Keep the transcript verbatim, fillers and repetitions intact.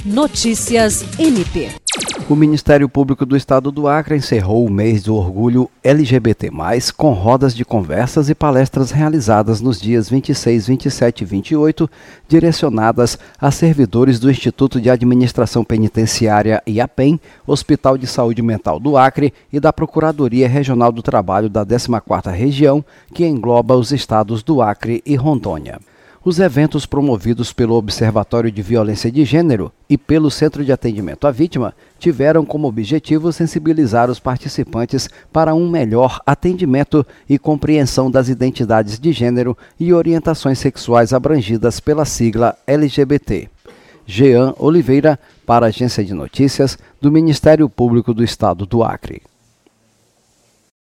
Notícias M P. O Ministério Público do Estado do Acre encerrou o mês do orgulho L G B T mais, com rodas de conversas e palestras realizadas nos dias vinte e seis, vinte e sete e vinte e oito, direcionadas a servidores do Instituto de Administração Penitenciária IAPEN, Hospital de Saúde Mental do Acre e da Procuradoria Regional do Trabalho da décima quarta Região, que engloba os estados do Acre e Rondônia. Os eventos promovidos pelo Observatório de Violência de Gênero e pelo Centro de Atendimento à Vítima tiveram como objetivo sensibilizar os participantes para um melhor atendimento e compreensão das identidades de gênero e orientações sexuais abrangidas pela sigla L G B T. Jean Oliveira, para a Agência de Notícias do Ministério Público do Estado do Acre.